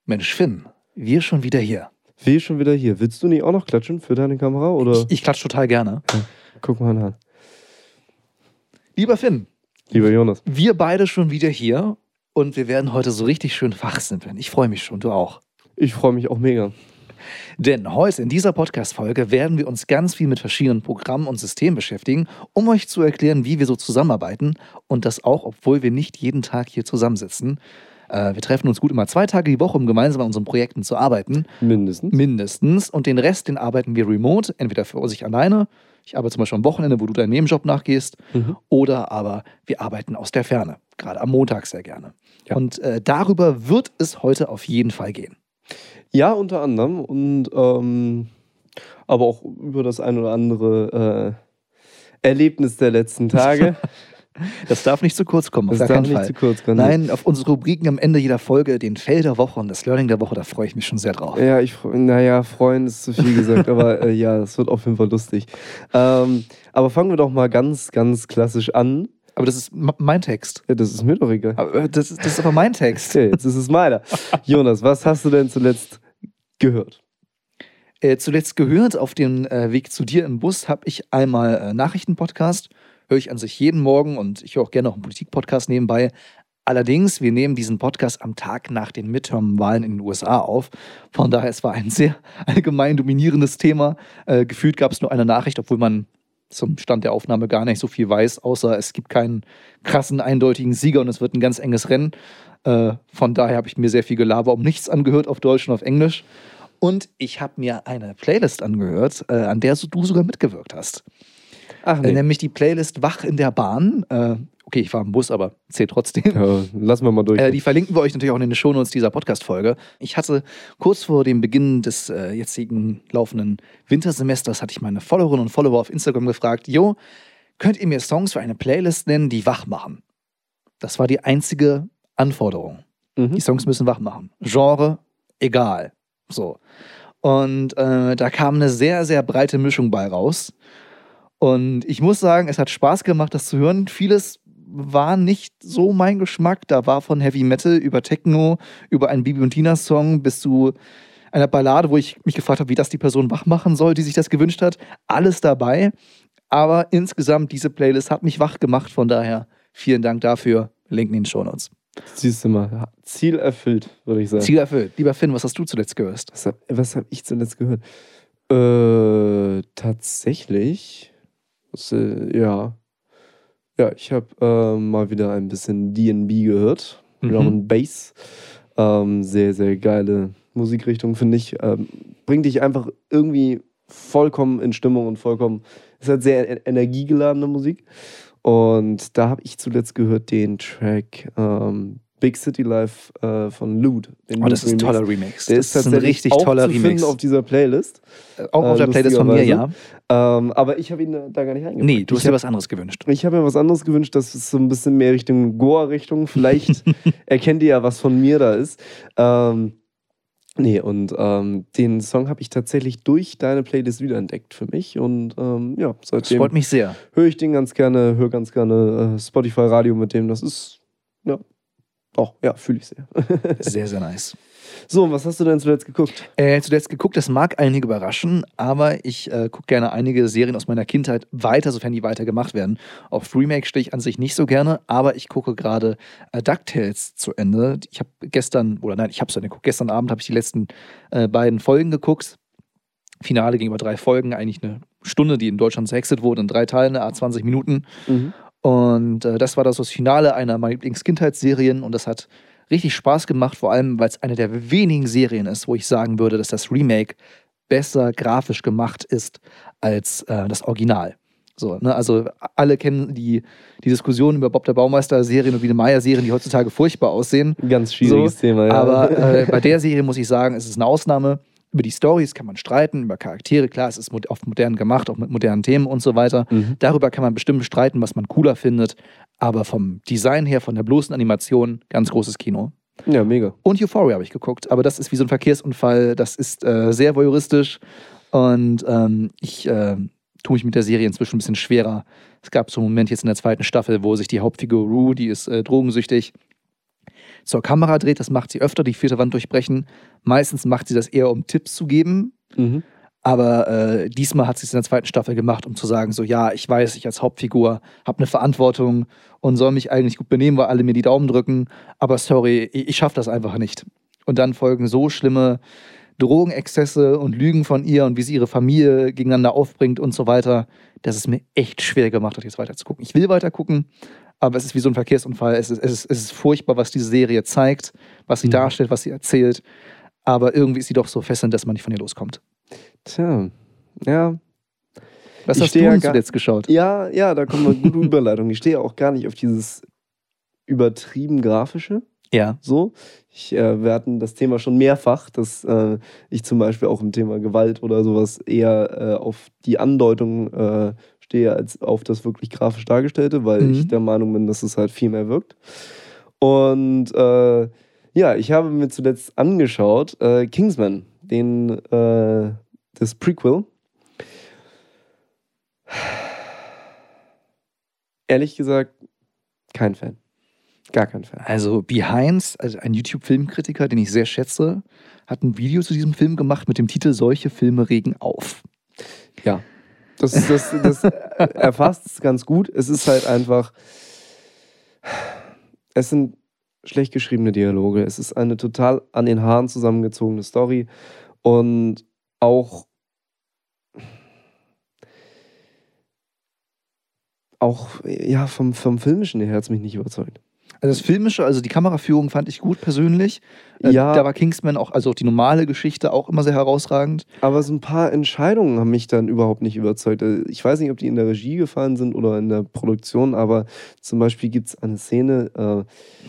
Mensch, Finn, wir schon wieder hier. Wir schon wieder hier. Willst du nicht auch noch klatschen für deine Kamera? Oder? Ich klatsche total gerne. Ja, guck mal an. Lieber Finn. Lieber Jonas. Wir beide schon wieder hier und wir werden heute so richtig schön fachsimpeln. Ich freue mich schon, du auch. Ich freue mich auch mega. Denn heute in dieser Podcast-Folge werden wir uns ganz viel mit verschiedenen Programmen und Systemen beschäftigen, um euch zu erklären, wie wir so zusammenarbeiten und das auch, obwohl wir nicht jeden Tag hier zusammensitzen. Wir treffen uns gut immer 2 Tage die Woche, um gemeinsam an unseren Projekten zu arbeiten. Mindestens. Und den Rest, den arbeiten wir remote, entweder für sich alleine. Ich arbeite zum Beispiel am Wochenende, wo du deinem Nebenjob nachgehst. Oder aber wir arbeiten aus der Ferne. Gerade am Montag sehr gerne. Ja. Und darüber wird es heute auf jeden Fall gehen. Ja, unter anderem. Und aber auch über das ein oder andere Erlebnis der letzten Tage. Das darf nicht zu kurz kommen, auf gar keinen Fall. Nicht zu kurz kommen. Nein, auf unsere Rubriken am Ende jeder Folge, den Fail der Woche und das Learning der Woche, da freue ich mich schon sehr drauf. Ja, freuen ist zu viel gesagt, aber ja, das wird auf jeden Fall lustig. Aber fangen wir doch mal ganz, ganz klassisch an. Aber das ist mein Text. Ja, das ist mir doch egal. Aber das ist aber mein Text. Okay, jetzt ist es meiner. Jonas, was hast du denn zuletzt gehört? Zuletzt gehört, auf dem Weg zu dir im Bus habe ich einmal Nachrichtenpodcast. Höre ich an sich jeden Morgen und ich höre auch gerne noch einen Politik-Podcast nebenbei. Allerdings, wir nehmen diesen Podcast am Tag nach den Midterm-Wahlen in den USA auf. Von daher, es war ein sehr allgemein dominierendes Thema. Gefühlt gab es nur eine Nachricht, obwohl man zum Stand der Aufnahme gar nicht so viel weiß, außer es gibt keinen krassen, eindeutigen Sieger und es wird ein ganz enges Rennen. Von daher habe ich mir sehr viel Gelaber um nichts angehört, auf Deutsch und auf Englisch. Und ich habe mir eine Playlist angehört, an der du sogar mitgewirkt hast. Ach nee. Nämlich die Playlist Wach in der Bahn. Okay, ich war im Bus, aber zählt trotzdem. Ja, lassen wir mal durch. Die verlinken wir euch natürlich auch in den Shownotes dieser Podcast-Folge. Ich hatte kurz vor dem Beginn des jetzigen laufenden Wintersemesters, hatte ich meine Followerinnen und Follower auf Instagram gefragt, könnt ihr mir Songs für eine Playlist nennen, die wach machen? Das war die einzige Anforderung. Die Songs müssen wach machen. Genre, egal. So. Und da kam eine sehr, sehr breite Mischung bei raus. Und ich muss sagen, es hat Spaß gemacht, das zu hören. Vieles war nicht so mein Geschmack. Da war von Heavy Metal über Techno, über einen Bibi und Tina-Song bis zu einer Ballade, wo ich mich gefragt habe, wie das die Person wach machen soll, die sich das gewünscht hat. Alles dabei. Aber insgesamt, diese Playlist hat mich wach gemacht. Von daher, vielen Dank dafür. Link in den Shownotes. Siehst du mal, Ziel erfüllt, würde ich sagen. Ziel erfüllt. Lieber Finn, was hast du zuletzt gehört? Was hab ich zuletzt gehört? Tatsächlich... Ja, ich habe mal wieder ein bisschen D&B gehört. Drum and Bass. Sehr, sehr geile Musikrichtung, finde ich. Bringt dich einfach irgendwie vollkommen in Stimmung und ist halt sehr energiegeladene Musik. Und da habe ich zuletzt gehört den Track Big City Life von Lude. Das ist ein toller Remix. Der ist ein richtig toller Remix. Auf dieser Playlist. Auch auf der Playlist von mir, ja. Aber ich habe ihn da gar nicht eingepackt. Nee, du hast dir was anderes gewünscht. Ich habe mir was anderes gewünscht, das ist so ein bisschen mehr Richtung Goa-Richtung. Vielleicht erkennt ihr ja, was von mir da ist. Den Song habe ich tatsächlich durch deine Playlist wiederentdeckt für mich. Und seitdem das freut mich sehr. Höre ich den ganz gerne, Spotify-Radio mit dem. Das ist, fühle ich sehr. Sehr, sehr nice. So, und was hast du denn zuletzt geguckt? Das mag einige überraschen, aber ich gucke gerne einige Serien aus meiner Kindheit weiter, sofern die weiter gemacht werden. Auf Remake stehe ich an sich nicht so gerne, aber ich gucke gerade DuckTales zu Ende. Gestern Abend habe ich die letzten beiden Folgen geguckt. Finale ging über 3 Folgen, eigentlich eine Stunde, die in Deutschland zerhexet wurde, in 3 Teilen, 20 Minuten. Und das war das Finale einer meiner Lieblings-Kindheitsserien und das hat richtig Spaß gemacht, vor allem, weil es eine der wenigen Serien ist, wo ich sagen würde, dass das Remake besser grafisch gemacht ist als das Original. So, ne? Also alle kennen die Diskussion über Bob der Baumeister-Serien und Biene Meier-Serien, die heutzutage furchtbar aussehen. Ganz schwieriges Thema, ja. Aber bei der Serie muss ich sagen, es ist eine Ausnahme. Über die Storys kann man streiten, über Charaktere, klar, es ist oft modern gemacht, auch mit modernen Themen und so weiter. Darüber kann man bestimmt streiten, was man cooler findet. Aber vom Design her, von der bloßen Animation, ganz großes Kino. Ja, mega. Und Euphoria habe ich geguckt, aber das ist wie so ein Verkehrsunfall, das ist sehr voyeuristisch und ich tue mich mit der Serie inzwischen ein bisschen schwerer. Es gab so einen Moment jetzt in der 2. Staffel, wo sich die Hauptfigur Rue, die ist drogensüchtig, zur Kamera dreht. Das macht sie öfter, die vierte Wand durchbrechen. Meistens macht sie das eher, um Tipps zu geben. Aber diesmal hat sie es in der zweiten Staffel gemacht, um zu sagen, so ja, ich weiß, ich als Hauptfigur habe eine Verantwortung und soll mich eigentlich gut benehmen, weil alle mir die Daumen drücken. Aber sorry, ich schaffe das einfach nicht. Und dann folgen so schlimme Drogenexzesse und Lügen von ihr und wie sie ihre Familie gegeneinander aufbringt und so weiter, dass es mir echt schwer gemacht hat, jetzt weiter zu gucken. Ich will weiter gucken, aber es ist wie so ein Verkehrsunfall. Es ist furchtbar, was diese Serie zeigt, was sie darstellt, was sie erzählt. Aber irgendwie ist sie doch so fesselnd, dass man nicht von ihr loskommt. Tja, ja. Was hast du denn zuletzt geschaut? Ja, da kommt eine gute Überleitung. Ich stehe auch gar nicht auf dieses übertrieben Grafische. Ja. So. Wir hatten das Thema schon mehrfach, dass ich zum Beispiel auch im Thema Gewalt oder sowas eher auf die Andeutung stehe, als auf das wirklich grafisch Dargestellte, weil ich der Meinung bin, dass es halt viel mehr wirkt. Und ja, ich habe mir zuletzt angeschaut Kingsman, das Prequel. Ehrlich gesagt, kein Fan. Gar kein Fan. Also Behinds, also ein YouTube-Filmkritiker, den ich sehr schätze, hat ein Video zu diesem Film gemacht mit dem Titel Solche Filme regen auf. Ja, das erfasst es ganz gut. Es ist halt einfach, es sind schlecht geschriebene Dialoge. Es ist eine total an den Haaren zusammengezogene Story und auch ja, vom Filmischen her hat es mich nicht überzeugt. Also das Filmische, also die Kameraführung fand ich gut persönlich. Ja. Da war Kingsman auch, also auch die normale Geschichte auch immer sehr herausragend. Aber so ein paar Entscheidungen haben mich dann überhaupt nicht überzeugt. Ich weiß nicht, ob die in der Regie gefallen sind oder in der Produktion, aber zum Beispiel gibt es eine Szene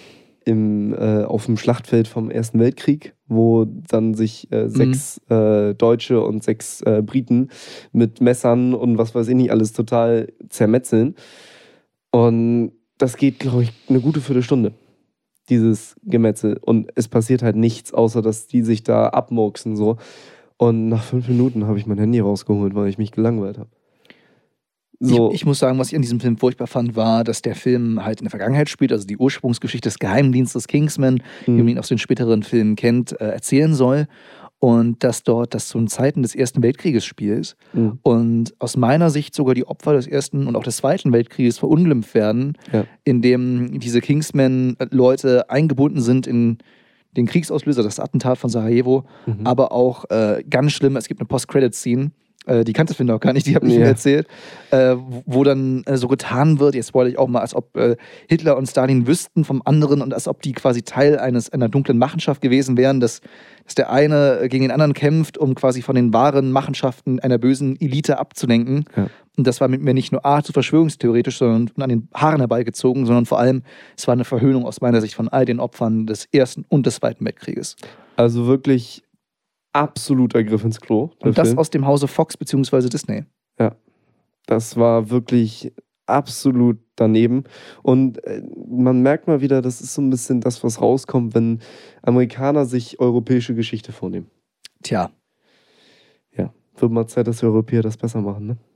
auf dem Schlachtfeld vom Ersten Weltkrieg, wo dann sich 6 Deutsche und 6 Briten mit Messern und was weiß ich nicht alles total zermetzeln. Und das geht, glaube ich, eine gute Viertelstunde, dieses Gemetzel. Und es passiert halt nichts, außer dass die sich da abmurksen so. Und nach 5 Minuten habe ich mein Handy rausgeholt, weil ich mich gelangweilt habe. So. Ich muss sagen, was ich an diesem Film furchtbar fand, war, dass der Film halt in der Vergangenheit spielt, also die Ursprungsgeschichte des Geheimdienstes Kingsman, wie man ihn aus den späteren Filmen kennt, erzählen soll. Und dass dort das zu den Zeiten des Ersten Weltkrieges spielt. Und aus meiner Sicht sogar die Opfer des Ersten und auch des Zweiten Weltkrieges verunglimpft werden, indem diese Kingsman-Leute eingebunden sind in den Kriegsauslöser, das Attentat von Sarajevo, aber auch ganz schlimm, es gibt eine Post-Credit-Scene, die kannte ich auch gar nicht, die habe ich mir erzählt, wo dann so getan wird, jetzt wollte ich auch mal, als ob Hitler und Stalin wüssten vom anderen und als ob die quasi Teil einer dunklen Machenschaft gewesen wären, dass der eine gegen den anderen kämpft, um quasi von den wahren Machenschaften einer bösen Elite abzulenken. Ja. Und das war mit mir nicht nur zu verschwörungstheoretisch, sondern an den Haaren herbeigezogen, sondern vor allem, es war eine Verhöhnung aus meiner Sicht von all den Opfern des Ersten und des Zweiten Weltkrieges. Also wirklich absoluter Griff ins Klo. Und das aus dem Hause Fox bzw. Disney. Ja, das war wirklich absolut daneben. Und man merkt mal wieder, das ist so ein bisschen das, was rauskommt, wenn Amerikaner sich europäische Geschichte vornehmen. Tja. Ja, wird mal Zeit, dass die Europäer das besser machen, ne?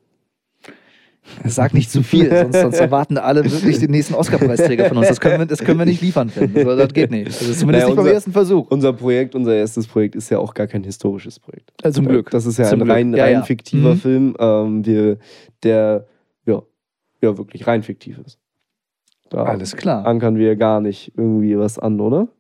Sag nicht zu viel, sonst erwarten alle wirklich den nächsten Oscar-Preisträger von uns. Das können wir nicht liefern können. Also, das geht nicht. Also zumindest nicht beim ersten Versuch. Unser erstes Projekt ist ja auch gar kein historisches Projekt. Zum Glück. Das ist ja ein rein fiktiver Film, der wirklich rein fiktiv ist. Da alles klar. Ankern wir gar nicht irgendwie was an, oder?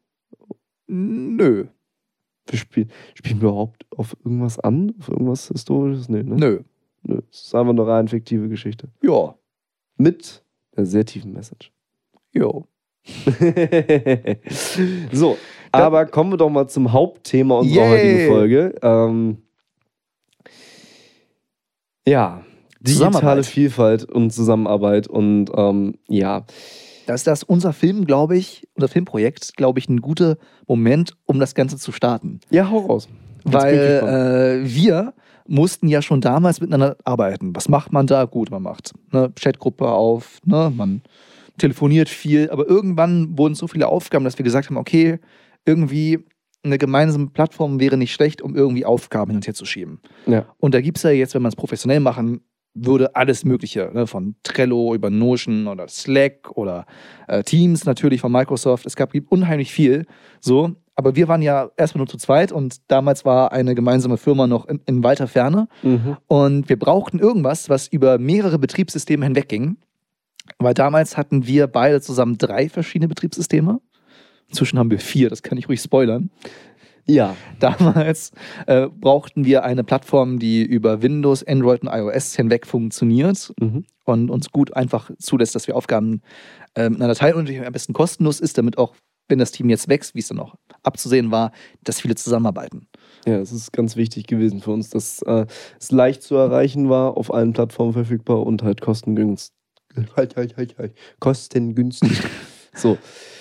Nö. Spielen wir überhaupt auf irgendwas an? Auf irgendwas Historisches? Nee, ne? Nö. Es ist einfach eine rein fiktive Geschichte. Ja. Mit einer sehr tiefen Message. Jo. So, aber kommen wir doch mal zum Hauptthema unserer heutigen Folge. Digitale Vielfalt und Zusammenarbeit und Da ist unser Filmprojekt, glaube ich, ein guter Moment, um das Ganze zu starten. Ja, hau raus. Weil wir mussten ja schon damals miteinander arbeiten. Was macht man da? Gut, man macht eine Chatgruppe auf, ne? Man telefoniert viel, aber irgendwann wurden so viele Aufgaben, dass wir gesagt haben, okay, irgendwie eine gemeinsame Plattform wäre nicht schlecht, um irgendwie Aufgaben hin und her zu schieben. Ja. Und da gibt es ja jetzt, wenn man es professionell machen würde alles Mögliche, ne, von Trello über Notion oder Slack oder Teams natürlich von Microsoft. Es gibt unheimlich viel. So. Aber wir waren ja erstmal nur zu zweit und damals war eine gemeinsame Firma noch in weiter Ferne. Und wir brauchten irgendwas, was über mehrere Betriebssysteme hinwegging. Weil damals hatten wir beide zusammen 3 verschiedene Betriebssysteme. Inzwischen haben wir 4, das kann ich ruhig spoilern. Ja. Damals brauchten wir eine Plattform, die über Windows, Android und iOS hinweg funktioniert und uns gut einfach zulässt, dass wir Aufgaben miteinander teilen und am besten kostenlos ist, damit auch, wenn das Team jetzt wächst, wie es dann auch abzusehen war, dass viele zusammenarbeiten. Ja, es ist ganz wichtig gewesen für uns, dass es leicht zu erreichen war, auf allen Plattformen verfügbar und halt kostengünstig. Kostengünstig. So.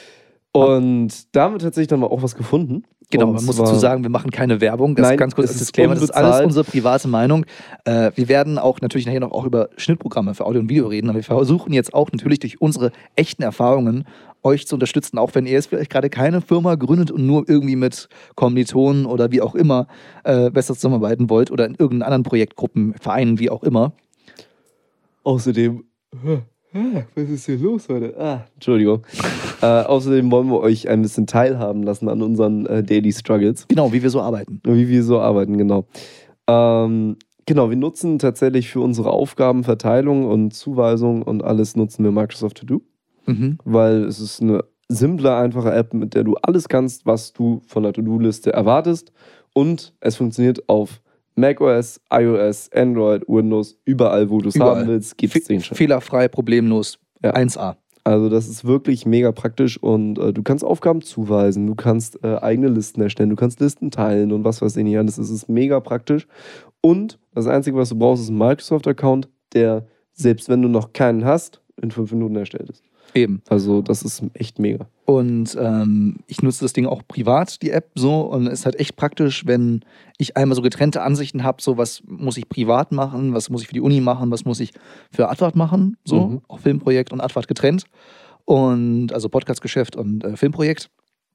Und da haben wir tatsächlich dann mal auch was gefunden. Genau, man muss dazu sagen, wir machen keine Werbung. Das Nein, ist ganz kurz als Disclaimer. Das ist alles unsere private Meinung. Wir werden auch natürlich nachher noch auch über Schnittprogramme für Audio und Video reden. Aber wir versuchen jetzt auch natürlich durch unsere echten Erfahrungen euch zu unterstützen, auch wenn ihr jetzt vielleicht gerade keine Firma gründet und nur irgendwie mit Kommilitonen oder wie auch immer besser zusammenarbeiten wollt oder in irgendeinen anderen Projektgruppen, Vereinen, wie auch immer. Außerdem, was ist hier los heute? Entschuldigung. Außerdem wollen wir euch ein bisschen teilhaben lassen an unseren Daily Struggles. Genau, wie wir so arbeiten. Wie wir so arbeiten, genau. Genau, wir nutzen tatsächlich für unsere Aufgabenverteilung und Zuweisung und alles nutzen wir Microsoft To Do. Weil es ist eine simple, einfache App, mit der du alles kannst, was du von der To-Do-Liste erwartest. Und es funktioniert auf macOS, iOS, Android, Windows, überall, wo du es haben willst, gibt es den schon. Fehlerfrei, problemlos, ja. 1A. Also das ist wirklich mega praktisch und du kannst Aufgaben zuweisen, du kannst eigene Listen erstellen, du kannst Listen teilen und was weiß ich nicht alles. Das ist mega praktisch. Und das Einzige, was du brauchst, ist ein Microsoft-Account, der, selbst wenn du noch keinen hast, in 5 Minuten erstellt ist. Eben. Also das ist echt mega. Und ich nutze das Ding auch privat, die App, so. Und es ist halt echt praktisch, wenn ich einmal so getrennte Ansichten habe, so was muss ich privat machen, was muss ich für die Uni machen, was muss ich für Advart machen, so. Auch Filmprojekt und Advart getrennt. Und also Podcastgeschäft und Filmprojekt.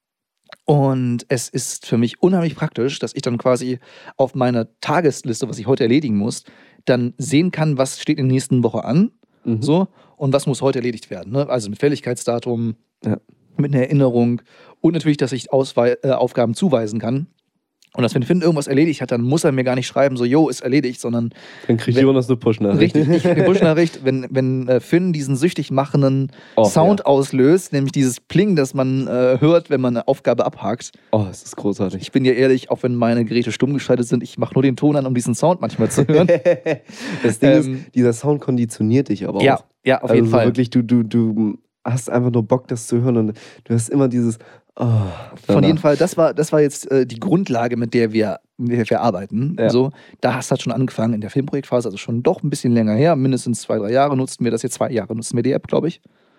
Und es ist für mich unheimlich praktisch, dass ich dann quasi auf meiner Tagesliste, was ich heute erledigen muss, dann sehen kann, was steht in der nächsten Woche an. So, und was muss heute erledigt werden. Ne? Also mit Fälligkeitsdatum, mit einer Erinnerung und natürlich, dass ich Aufgaben zuweisen kann. Und dass, wenn Finn irgendwas erledigt hat, dann muss er mir gar nicht schreiben, so, jo, ist erledigt, sondern... Dann kriegt Jonas eine Push-Nachricht. Richtig, ich kriege eine Push-Nachricht, wenn Finn diesen süchtig machenden Sound auslöst, nämlich dieses Pling, das man hört, wenn man eine Aufgabe abhakt. Oh, das ist großartig. Ich bin ja ehrlich, auch wenn meine Geräte stumm geschaltet sind, ich mache nur den Ton an, um diesen Sound manchmal zu hören. Das Ding ist, dieser Sound konditioniert dich aber auch. Ja, auf jeden Fall. Wirklich, du hast einfach nur Bock, das zu hören und du hast immer dieses... Von jeden Fall, das war jetzt die Grundlage, mit der wir arbeiten. Ja. So, da hast du halt schon angefangen in der Filmprojektphase, also schon doch ein bisschen länger her, mindestens 2-3 Jahre nutzten wir das jetzt, 2 Jahre nutzen wir die App, glaube ich.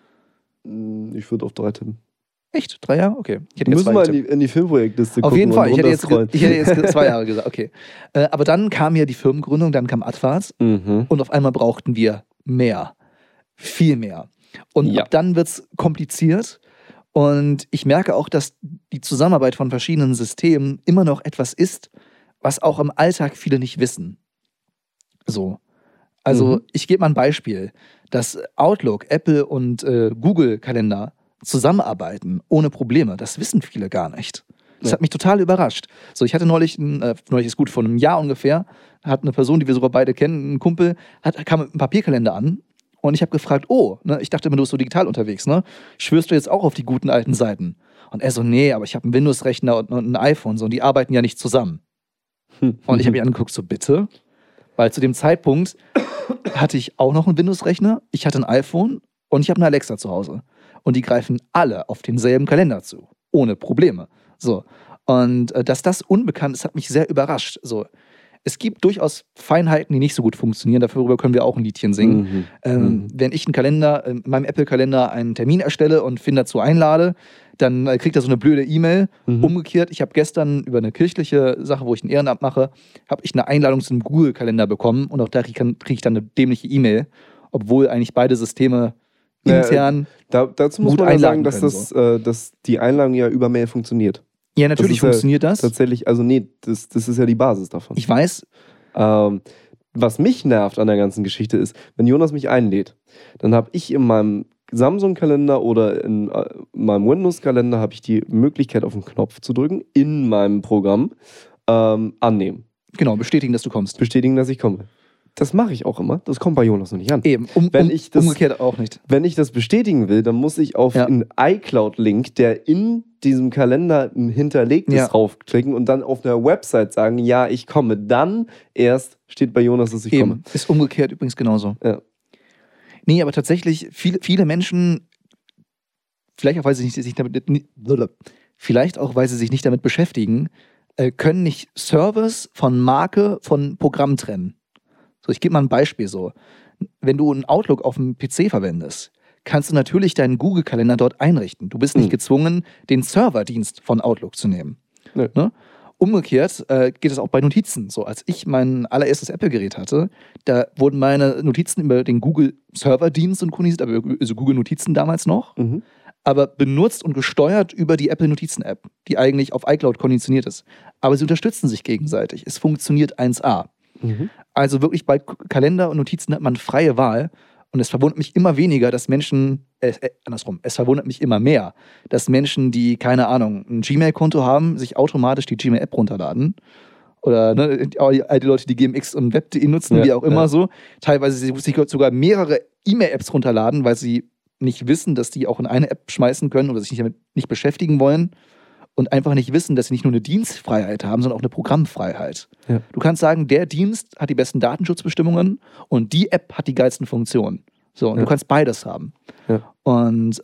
Ich würde auf 3 tippen. Echt? 3 Jahre? Okay. Wir müssen mal in die Filmprojektliste gucken. Auf jeden Fall, ich hätte jetzt 2 Jahre gesagt, okay. Aber dann kam ja die Firmengründung, dann kam Advart und auf einmal brauchten wir mehr. Viel mehr. Und ab dann wird es kompliziert. Und ich merke auch, dass die Zusammenarbeit von verschiedenen Systemen immer noch etwas ist, was auch im Alltag viele nicht wissen. So. Also ich gebe mal ein Beispiel. Dass Outlook, Apple und Google-Kalender zusammenarbeiten ohne Probleme, das wissen viele gar nicht. Das hat mich total überrascht. So, ich hatte neulich ist gut, vor einem Jahr ungefähr, hat eine Person, die wir sogar beide kennen, ein Kumpel, kam mit einem Papierkalender an. Und ich habe gefragt, ich dachte immer, du bist so digital unterwegs, ne? Schwörst du jetzt auch auf die guten alten Seiten? Und er so, nee, aber ich habe einen Windows-Rechner und ein iPhone, so, und die arbeiten ja nicht zusammen. Und ich habe mich angeguckt, so, bitte? Weil zu dem Zeitpunkt hatte ich auch noch einen Windows-Rechner, ich hatte ein iPhone und ich habe eine Alexa zu Hause. Und die greifen alle auf denselben Kalender zu, ohne Probleme. So. Und dass das unbekannt ist, hat mich sehr überrascht. So. Es gibt durchaus Feinheiten, die nicht so gut funktionieren. Darüber können wir auch ein Liedchen singen. Wenn ich in meinem Apple-Kalender einen Termin erstelle und Finn dazu einlade, dann kriegt er so eine blöde E-Mail. Umgekehrt, ich habe gestern über eine kirchliche Sache, wo ich ein Ehrenamt mache, habe ich eine Einladung zu einem Google-Kalender bekommen. Und auch da kriege ich dann eine dämliche E-Mail, obwohl eigentlich beide Systeme intern dazu muss gut man ja sagen, einladen dass die Einladung ja über Mail funktioniert. Ja, natürlich funktioniert das. Tatsächlich, also nee, das ist ja die Basis davon. Ich weiß. was mich nervt an der ganzen Geschichte ist, wenn Jonas mich einlädt, dann habe ich in meinem Samsung-Kalender oder in meinem Windows-Kalender habe ich die Möglichkeit, auf den Knopf zu drücken, in meinem Programm annehmen. Genau, bestätigen, dass du kommst. Bestätigen, dass ich komme. Das mache ich auch immer. Das kommt bei Jonas noch nicht an. Eben, umgekehrt auch nicht. Wenn ich das bestätigen will, dann muss ich auf einen iCloud-Link, der in diesem Kalender hinterlegt ist, draufklicken und dann auf einer Website sagen, ja, ich komme. Dann erst steht bei Jonas, dass ich komme. Ist umgekehrt übrigens genauso. Ja. Nee, aber tatsächlich, viele Menschen, vielleicht auch, weil sie sich nicht damit beschäftigen, können nicht Service von Marke von Programm trennen. So, ich gebe mal ein Beispiel so. Wenn du einen Outlook auf dem PC verwendest, kannst du natürlich deinen Google-Kalender dort einrichten. Du bist nicht gezwungen, den Serverdienst von Outlook zu nehmen. Nee. Ne? Umgekehrt geht es auch bei Notizen. So, als ich mein allererstes Apple-Gerät hatte, da wurden meine Notizen über den Google-Serverdienst synchronisiert, also Google-Notizen damals noch, aber benutzt und gesteuert über die Apple-Notizen-App, die eigentlich auf iCloud konditioniert ist. Aber sie unterstützen sich gegenseitig. Es funktioniert 1A. Also wirklich bei Kalender und Notizen hat man freie Wahl. Und es verwundert mich immer weniger, dass Menschen, es verwundert mich immer mehr, dass Menschen, die, keine Ahnung, ein Gmail-Konto haben, sich automatisch die Gmail-App runterladen. Oder die Leute, die GMX und Web.de nutzen, wie auch immer so. Teilweise sich sogar mehrere E-Mail-Apps runterladen, weil sie nicht wissen, dass die auch in eine App schmeißen können oder sich damit nicht beschäftigen wollen. Und einfach nicht wissen, dass sie nicht nur eine Dienstfreiheit haben, sondern auch eine Programmfreiheit. Ja. Du kannst sagen, der Dienst hat die besten Datenschutzbestimmungen und die App hat die geilsten Funktionen. So, und du kannst beides haben. Ja. Und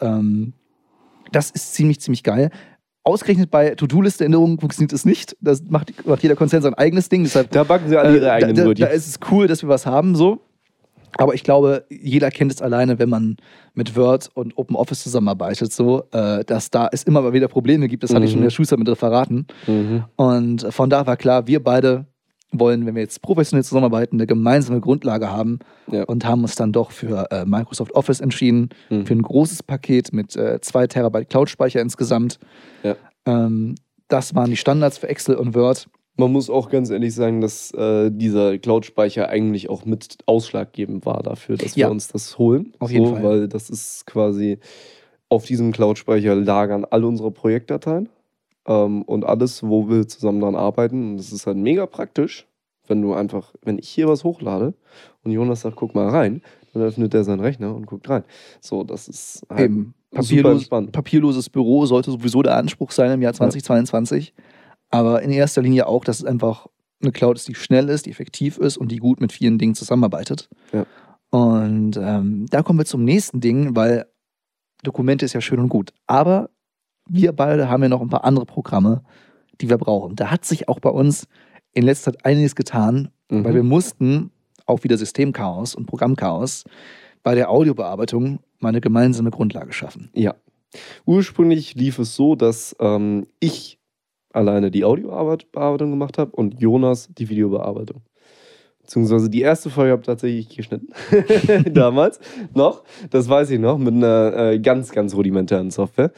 das ist ziemlich, ziemlich geil. Ausgerechnet bei To-Do-Liste-Änderungen funktioniert es nicht. Das macht jeder Konzern sein eigenes Ding. Deshalb, da backen sie alle ihre eigenen Brötchen. Da ist es cool, dass wir was haben, so. Aber ich glaube, jeder kennt es alleine, wenn man mit Word und OpenOffice zusammenarbeitet, so, dass da es immer mal wieder Probleme gibt. Das hatte ich schon in der Schuster mit Referaten. Und von da war klar, wir beide wollen, wenn wir jetzt professionell zusammenarbeiten, eine gemeinsame Grundlage haben und haben uns dann doch für Microsoft Office entschieden, für ein großes Paket mit 2 Terabyte Cloud-Speicher insgesamt. Ja. Das waren die Standards für Excel und Word. Man muss auch ganz ehrlich sagen, dass dieser Cloud-Speicher eigentlich auch mit ausschlaggebend war dafür, dass wir uns das holen. Auf jeden Fall. Weil das ist quasi, auf diesem Cloud-Speicher lagern alle unsere Projektdateien und alles, wo wir zusammen dran arbeiten. Und das ist halt mega praktisch, wenn ich hier was hochlade und Jonas sagt, guck mal rein, dann öffnet er seinen Rechner und guckt rein. So, das ist halt eben super spannend. Papierloses Büro sollte sowieso der Anspruch sein im Jahr 2022. Aber in erster Linie auch, dass es einfach eine Cloud ist, die schnell ist, die effektiv ist und die gut mit vielen Dingen zusammenarbeitet. Ja. Und da kommen wir zum nächsten Ding, weil Dokumente ist ja schön und gut. Aber wir beide haben ja noch ein paar andere Programme, die wir brauchen. Da hat sich auch bei uns in letzter Zeit einiges getan, weil wir mussten, auch wieder Systemchaos und Programmchaos, bei der Audiobearbeitung mal eine gemeinsame Grundlage schaffen. Ja. Ursprünglich lief es so, dass ich alleine die Audiobearbeitung gemacht habe und Jonas die Videobearbeitung. Beziehungsweise die erste Folge habe ich tatsächlich geschnitten. Damals noch. Das weiß ich noch, mit einer ganz, ganz rudimentären Software.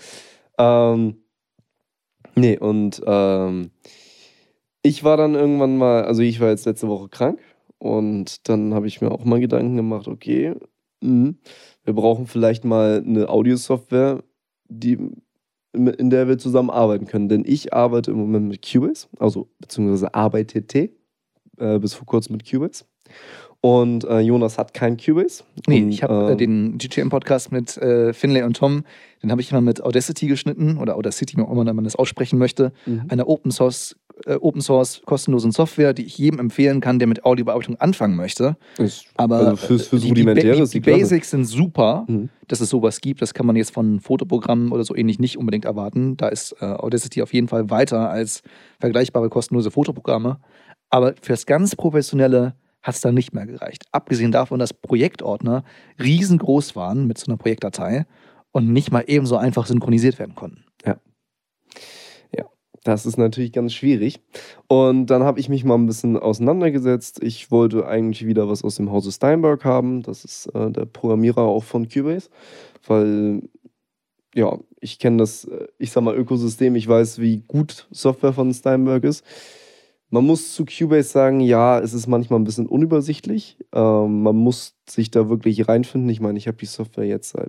Ich war dann irgendwann mal, also ich war jetzt letzte Woche krank und dann habe ich mir auch mal Gedanken gemacht, okay, wir brauchen vielleicht mal eine Audiosoftware, in der wir zusammen arbeiten können. Denn ich arbeite im Moment mit Cubase, also beziehungsweise arbeitete bis vor kurzem mit Cubase. Und Jonas hat kein Cubase. Nee, ich habe den GTM-Podcast mit Finlay und Tom, den habe ich immer mit Audacity geschnitten oder Audacity, wie auch immer man das aussprechen möchte. Eine Open Source kostenlosen Software, die ich jedem empfehlen kann, der mit Audiobearbeitung anfangen möchte. Aber also fürs Rudimentäre die Basics sind super, dass es sowas gibt. Das kann man jetzt von Fotoprogrammen oder so ähnlich nicht unbedingt erwarten. Da ist Audacity auf jeden Fall weiter als vergleichbare kostenlose Fotoprogramme. Aber fürs ganz Professionelle hat es dann nicht mehr gereicht. Abgesehen davon, dass Projektordner riesengroß waren mit so einer Projektdatei und nicht mal ebenso einfach synchronisiert werden konnten. Ja. Das ist natürlich ganz schwierig. Und dann habe ich mich mal ein bisschen auseinandergesetzt. Ich wollte eigentlich wieder was aus dem Hause Steinberg haben. Das ist der Programmierer auch von Cubase. Weil, ja, ich kenne das, ich sag mal, Ökosystem. Ich weiß, wie gut Software von Steinberg ist. Man muss zu Cubase sagen, ja, es ist manchmal ein bisschen unübersichtlich. Man muss sich da wirklich reinfinden. Ich meine, ich habe die Software jetzt seit,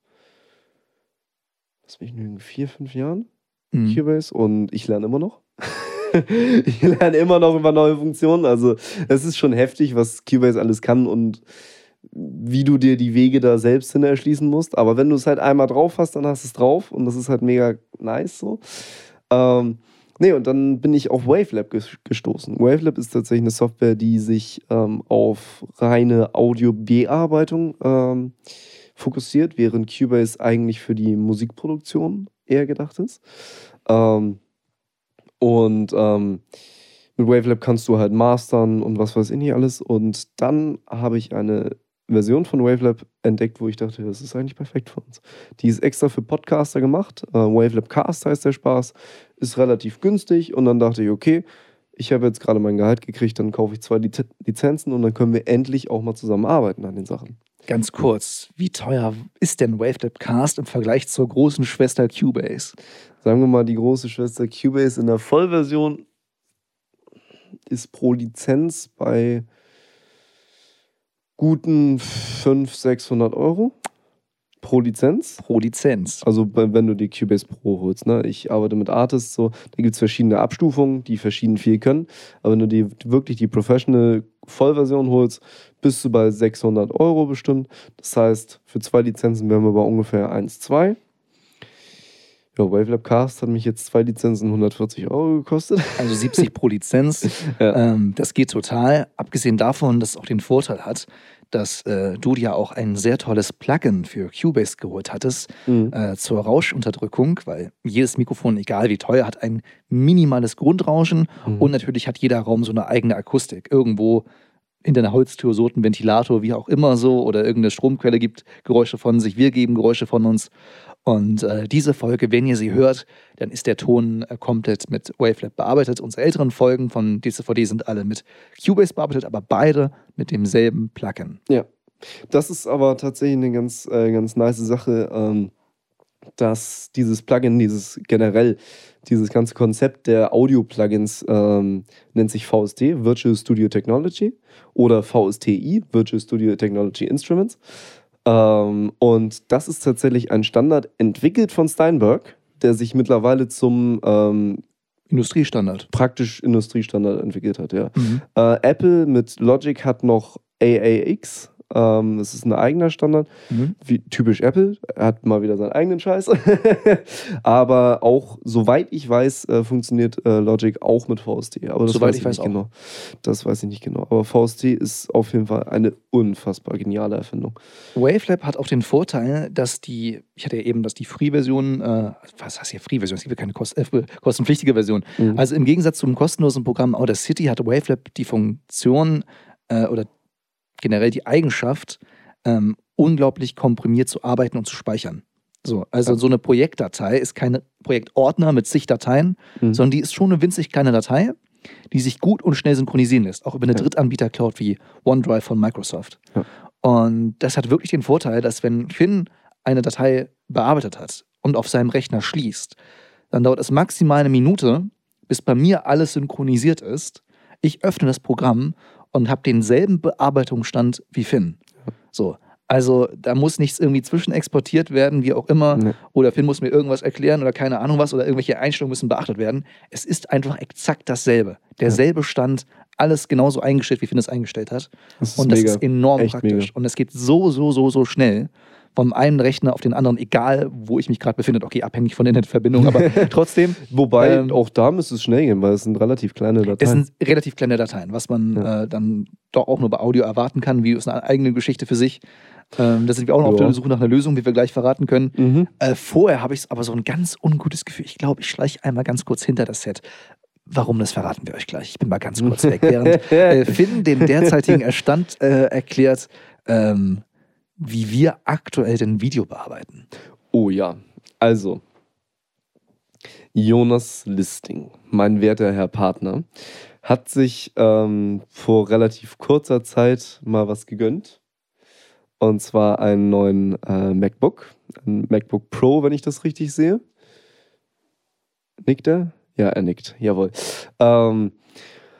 lass mich lügen, 4, 5 Jahren, Cubase, und ich lerne immer noch. Ich lerne immer noch über neue Funktionen. Also es ist schon heftig, was Cubase alles kann und wie du dir die Wege da selbst hin erschließen musst. Aber wenn du es halt einmal drauf hast, dann hast du es drauf und das ist halt mega nice so. Nee, und dann bin ich auf Wavelab gestoßen. Wavelab ist tatsächlich eine Software, die sich auf reine Audio-Bearbeitung fokussiert, während Cubase eigentlich für die Musikproduktion eher gedacht ist. Mit Wavelab kannst du halt mastern und was weiß ich nicht alles. Und dann habe ich eine Version von Wavelab entdeckt, wo ich dachte, das ist eigentlich perfekt für uns. Die ist extra für Podcaster gemacht. Wavelab Cast heißt der Spaß. Ist relativ günstig. Und dann dachte ich, okay, ich habe jetzt gerade mein Gehalt gekriegt, dann kaufe ich 2 Lizenzen und dann können wir endlich auch mal zusammen arbeiten an den Sachen. Ganz kurz, wie teuer ist denn Wavelab Cast im Vergleich zur großen Schwester Cubase? Sagen wir mal, die große Schwester Cubase in der Vollversion ist pro Lizenz bei guten 500, 600 Euro pro Lizenz. Pro Lizenz. Also wenn du die Cubase Pro holst. Ne? Ich arbeite mit Artists, so, da gibt es verschiedene Abstufungen, die verschieden viel können. Aber wenn du wirklich die Professional Vollversion holst, bist du bei 600 Euro bestimmt. Das heißt, für 2 Lizenzen wären wir bei ungefähr 1,2. Ja, Wavelab Cast hat mich jetzt 2 Lizenzen 140 Euro gekostet. Also 70 pro Lizenz. Ja. Das geht total. Abgesehen davon, dass es auch den Vorteil hat, dass du dir auch ein sehr tolles Plugin für Cubase geholt hattest zur Rauschunterdrückung, weil jedes Mikrofon, egal wie teuer, hat ein minimales Grundrauschen und natürlich hat jeder Raum so eine eigene Akustik. Irgendwo in der Holztür, so ein Ventilator, wie auch immer so, oder irgendeine Stromquelle gibt Geräusche von sich, wir geben Geräusche von uns. Und diese Folge, wenn ihr sie hört, dann ist der Ton komplett mit Wavelab bearbeitet. Unsere älteren Folgen von DCVD sind alle mit Cubase bearbeitet, aber beide mit demselben Plugin. Ja, das ist aber tatsächlich eine ganz nice Sache, dass dieses Plugin, dieses ganze Konzept der Audio-Plugins nennt sich VST, Virtual Studio Technology, oder VSTI, Virtual Studio Technology Instruments. Und das ist tatsächlich ein Standard, entwickelt von Steinberg, der sich mittlerweile zum Industriestandard. Praktisch Industriestandard entwickelt hat, ja. Apple mit Logic hat noch AAX. Das ist ein eigener Standard, wie typisch Apple. Er hat mal wieder seinen eigenen Scheiß. Aber auch, soweit ich weiß, funktioniert Logic auch mit VST. Aber das soweit ich weiß auch. Genau. Das weiß ich nicht genau. Aber VST ist auf jeden Fall eine unfassbar geniale Erfindung. Wavelab hat auch den Vorteil, dass ich hatte ja eben, dass die Free-Version, was heißt hier Free-Version? Es gibt ja keine kostenpflichtige Version. Also im Gegensatz zum kostenlosen Programm Audacity hat Wavelab die Funktion oder generell die Eigenschaft, unglaublich komprimiert zu arbeiten und zu speichern. So eine Projektdatei ist keine Projektordner mit zig Dateien, sondern die ist schon eine winzig kleine Datei, die sich gut und schnell synchronisieren lässt, auch über eine Drittanbieter-Cloud wie OneDrive von Microsoft. Ja. Und das hat wirklich den Vorteil, dass wenn Finn eine Datei bearbeitet hat und auf seinem Rechner schließt, dann dauert es maximal 1 Minute, bis bei mir alles synchronisiert ist. Ich öffne das Programm und habe denselben Bearbeitungsstand wie Finn. So. Also da muss nichts irgendwie zwischenexportiert werden, wie auch immer. Nee. Oder Finn muss mir irgendwas erklären oder keine Ahnung was oder irgendwelche Einstellungen müssen beachtet werden. Es ist einfach exakt dasselbe. Derselbe Stand, alles genauso eingestellt, wie Finn es eingestellt hat. Das ist enorm praktisch. Mega. Und es geht so schnell vom einen Rechner auf den anderen, egal wo ich mich gerade befinde. Okay, abhängig von der Internetverbindung, aber trotzdem. Wobei, auch da müsste es schnell gehen, weil es sind relativ kleine Dateien. Es sind relativ kleine Dateien, was man dann doch auch nur bei Audio erwarten kann. Video ist eine eigene Geschichte für sich. Da sind wir auch noch auf der Suche nach einer Lösung, die wir gleich verraten können. Vorher habe ich aber so ein ganz ungutes Gefühl. Ich glaube, ich schleiche einmal ganz kurz hinter das Set. Warum, das verraten wir euch gleich. Ich bin mal ganz kurz weg. Während Finn den derzeitigen Stand erklärt, wie wir aktuell den Video bearbeiten. Oh ja, also Jonas Listing, mein werter Herr Partner, hat sich vor relativ kurzer Zeit mal was gegönnt. Und zwar einen neuen MacBook, ein MacBook Pro, wenn ich das richtig sehe. Nickt er? Ja, er nickt, jawohl.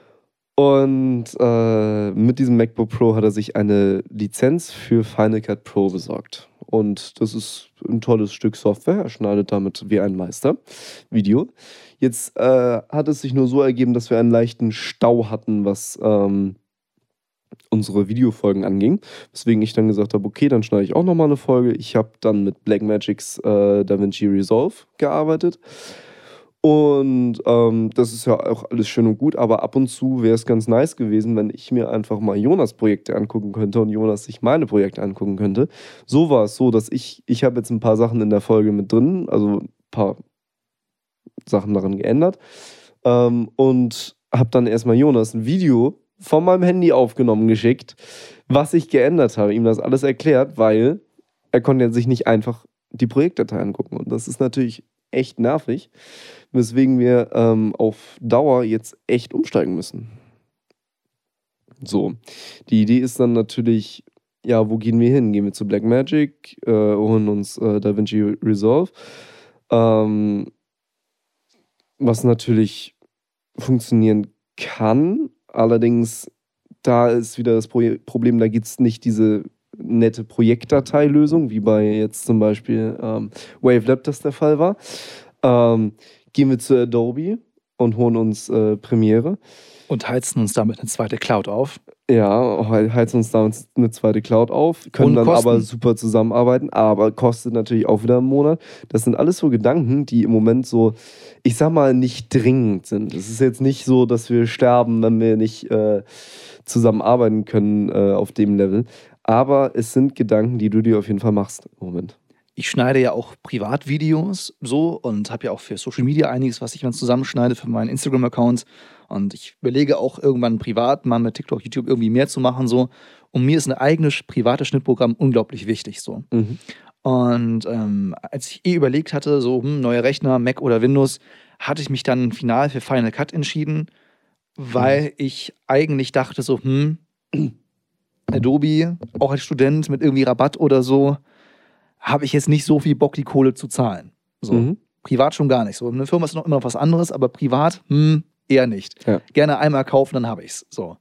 Und mit diesem MacBook Pro hat er sich eine Lizenz für Final Cut Pro besorgt. Und das ist ein tolles Stück Software. Er schneidet damit wie ein Meister Video. Jetzt hat es sich nur so ergeben, dass wir einen leichten Stau hatten, was unsere Videofolgen anging. Weswegen ich dann gesagt habe, okay, dann schneide ich auch nochmal eine Folge. Ich habe dann mit Blackmagics DaVinci Resolve gearbeitet. Und das ist ja auch alles schön und gut, aber ab und zu wäre es ganz nice gewesen, wenn ich mir einfach mal Jonas Projekte angucken könnte und Jonas sich meine Projekte angucken könnte. So war es so, dass ich habe jetzt ein paar Sachen in der Folge mit drin, also ein paar Sachen daran geändert und habe dann erstmal Jonas ein Video von meinem Handy aufgenommen geschickt, was ich geändert habe, ihm das alles erklärt, weil er konnte sich nicht einfach die Projektdatei angucken und das ist natürlich echt nervig, weswegen wir auf Dauer jetzt echt umsteigen müssen. So, die Idee ist dann natürlich, ja, wo gehen wir hin? Gehen wir zu Blackmagic, holen uns DaVinci Resolve, was natürlich funktionieren kann, allerdings da ist wieder das Problem, da gibt es nicht diese nette Projektdateilösung, wie bei jetzt zum Beispiel Wavelab das der Fall war. Gehen wir zu Adobe und holen uns Premiere. Und heizen uns damit eine zweite Cloud auf. Ja, heizen uns damit eine zweite Cloud auf, können dann aber super zusammenarbeiten, aber kostet natürlich auch wieder einen Monat. Das sind alles so Gedanken, die im Moment so, ich sag mal, nicht dringend sind. Es ist jetzt nicht so, dass wir sterben, wenn wir nicht zusammenarbeiten können auf dem Level. Aber es sind Gedanken, die du dir auf jeden Fall machst im Moment. Ich schneide ja auch Privatvideos so und habe ja auch für Social Media einiges, was ich dann zusammenschneide für meinen Instagram-Account. Und ich überlege auch irgendwann privat mal mit TikTok, YouTube irgendwie mehr zu machen so. Und mir ist ein eigenes privates Schnittprogramm unglaublich wichtig so. Mhm. Und als ich überlegt hatte, so neuer Rechner, Mac oder Windows, hatte ich mich dann final für Final Cut entschieden, weil ich eigentlich dachte so, Adobe, auch als Student mit irgendwie Rabatt oder so, habe ich jetzt nicht so viel Bock, die Kohle zu zahlen. So. Privat schon gar nicht. So. Eine Firma ist noch immer noch was anderes, aber privat, eher nicht. Ja. Gerne einmal kaufen, dann habe ich es. So.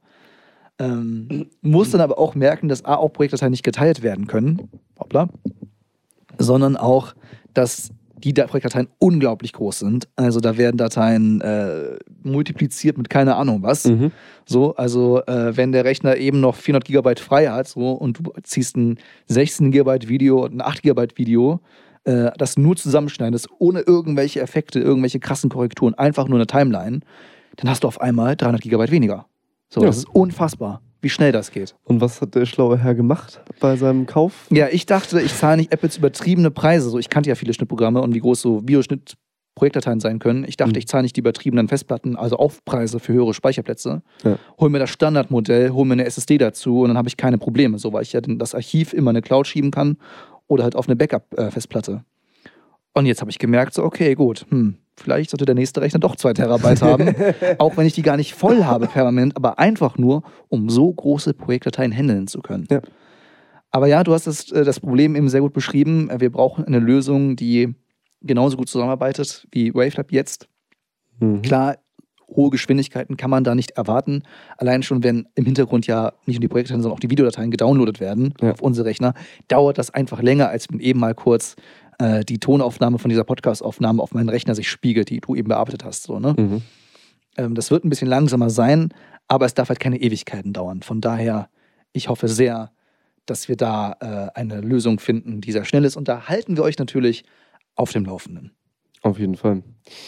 Muss dann aber auch merken, dass auch Projektdateien nicht geteilt werden können, hoppla, sondern auch, dass die Projektdateien unglaublich groß sind. Also da werden Dateien multipliziert mit keine Ahnung was. So, also wenn der Rechner eben noch 400 GB frei hat so, und du ziehst ein 16 GB Video und ein 8 GB Video, das nur zusammenschneidest, ohne irgendwelche Effekte, irgendwelche krassen Korrekturen, einfach nur eine Timeline, dann hast du auf einmal 300 GB weniger. So, das ist unfassbar, wie schnell das geht. Und was hat der schlaue Herr gemacht bei seinem Kauf? Ja, ich dachte, ich zahle nicht Apples übertriebene Preise. So, ich kannte ja viele Schnittprogramme und wie groß so Videoschnitt-Projektdateien sein können. Ich dachte, ich zahle nicht die übertriebenen Festplatten, also Aufpreise für höhere Speicherplätze. Ja. Hol mir das Standardmodell, hol mir eine SSD dazu und dann habe ich keine Probleme. So, weil ich ja das Archiv immer in eine Cloud schieben kann oder halt auf eine Backup-Festplatte. Und jetzt habe ich gemerkt, so, okay, gut, vielleicht sollte der nächste Rechner doch 2 Terabyte haben, auch wenn ich die gar nicht voll habe permanent, aber einfach nur, um so große Projektdateien handeln zu können. Ja. Aber ja, du hast das Problem eben sehr gut beschrieben. Wir brauchen eine Lösung, die genauso gut zusammenarbeitet wie Wavelab jetzt. Klar, hohe Geschwindigkeiten kann man da nicht erwarten. Allein schon, wenn im Hintergrund ja nicht nur die Projektdateien, sondern auch die Videodateien gedownloadet werden auf unsere Rechner, dauert das einfach länger, als wenn eben mal kurz die Tonaufnahme von dieser Podcast-Aufnahme auf meinen Rechner sich spiegelt, die du eben bearbeitet hast. So, ne? Das wird ein bisschen langsamer sein, aber es darf halt keine Ewigkeiten dauern. Von daher, ich hoffe sehr, dass wir da eine Lösung finden, die sehr schnell ist. Und da halten wir euch natürlich auf dem Laufenden. Auf jeden Fall.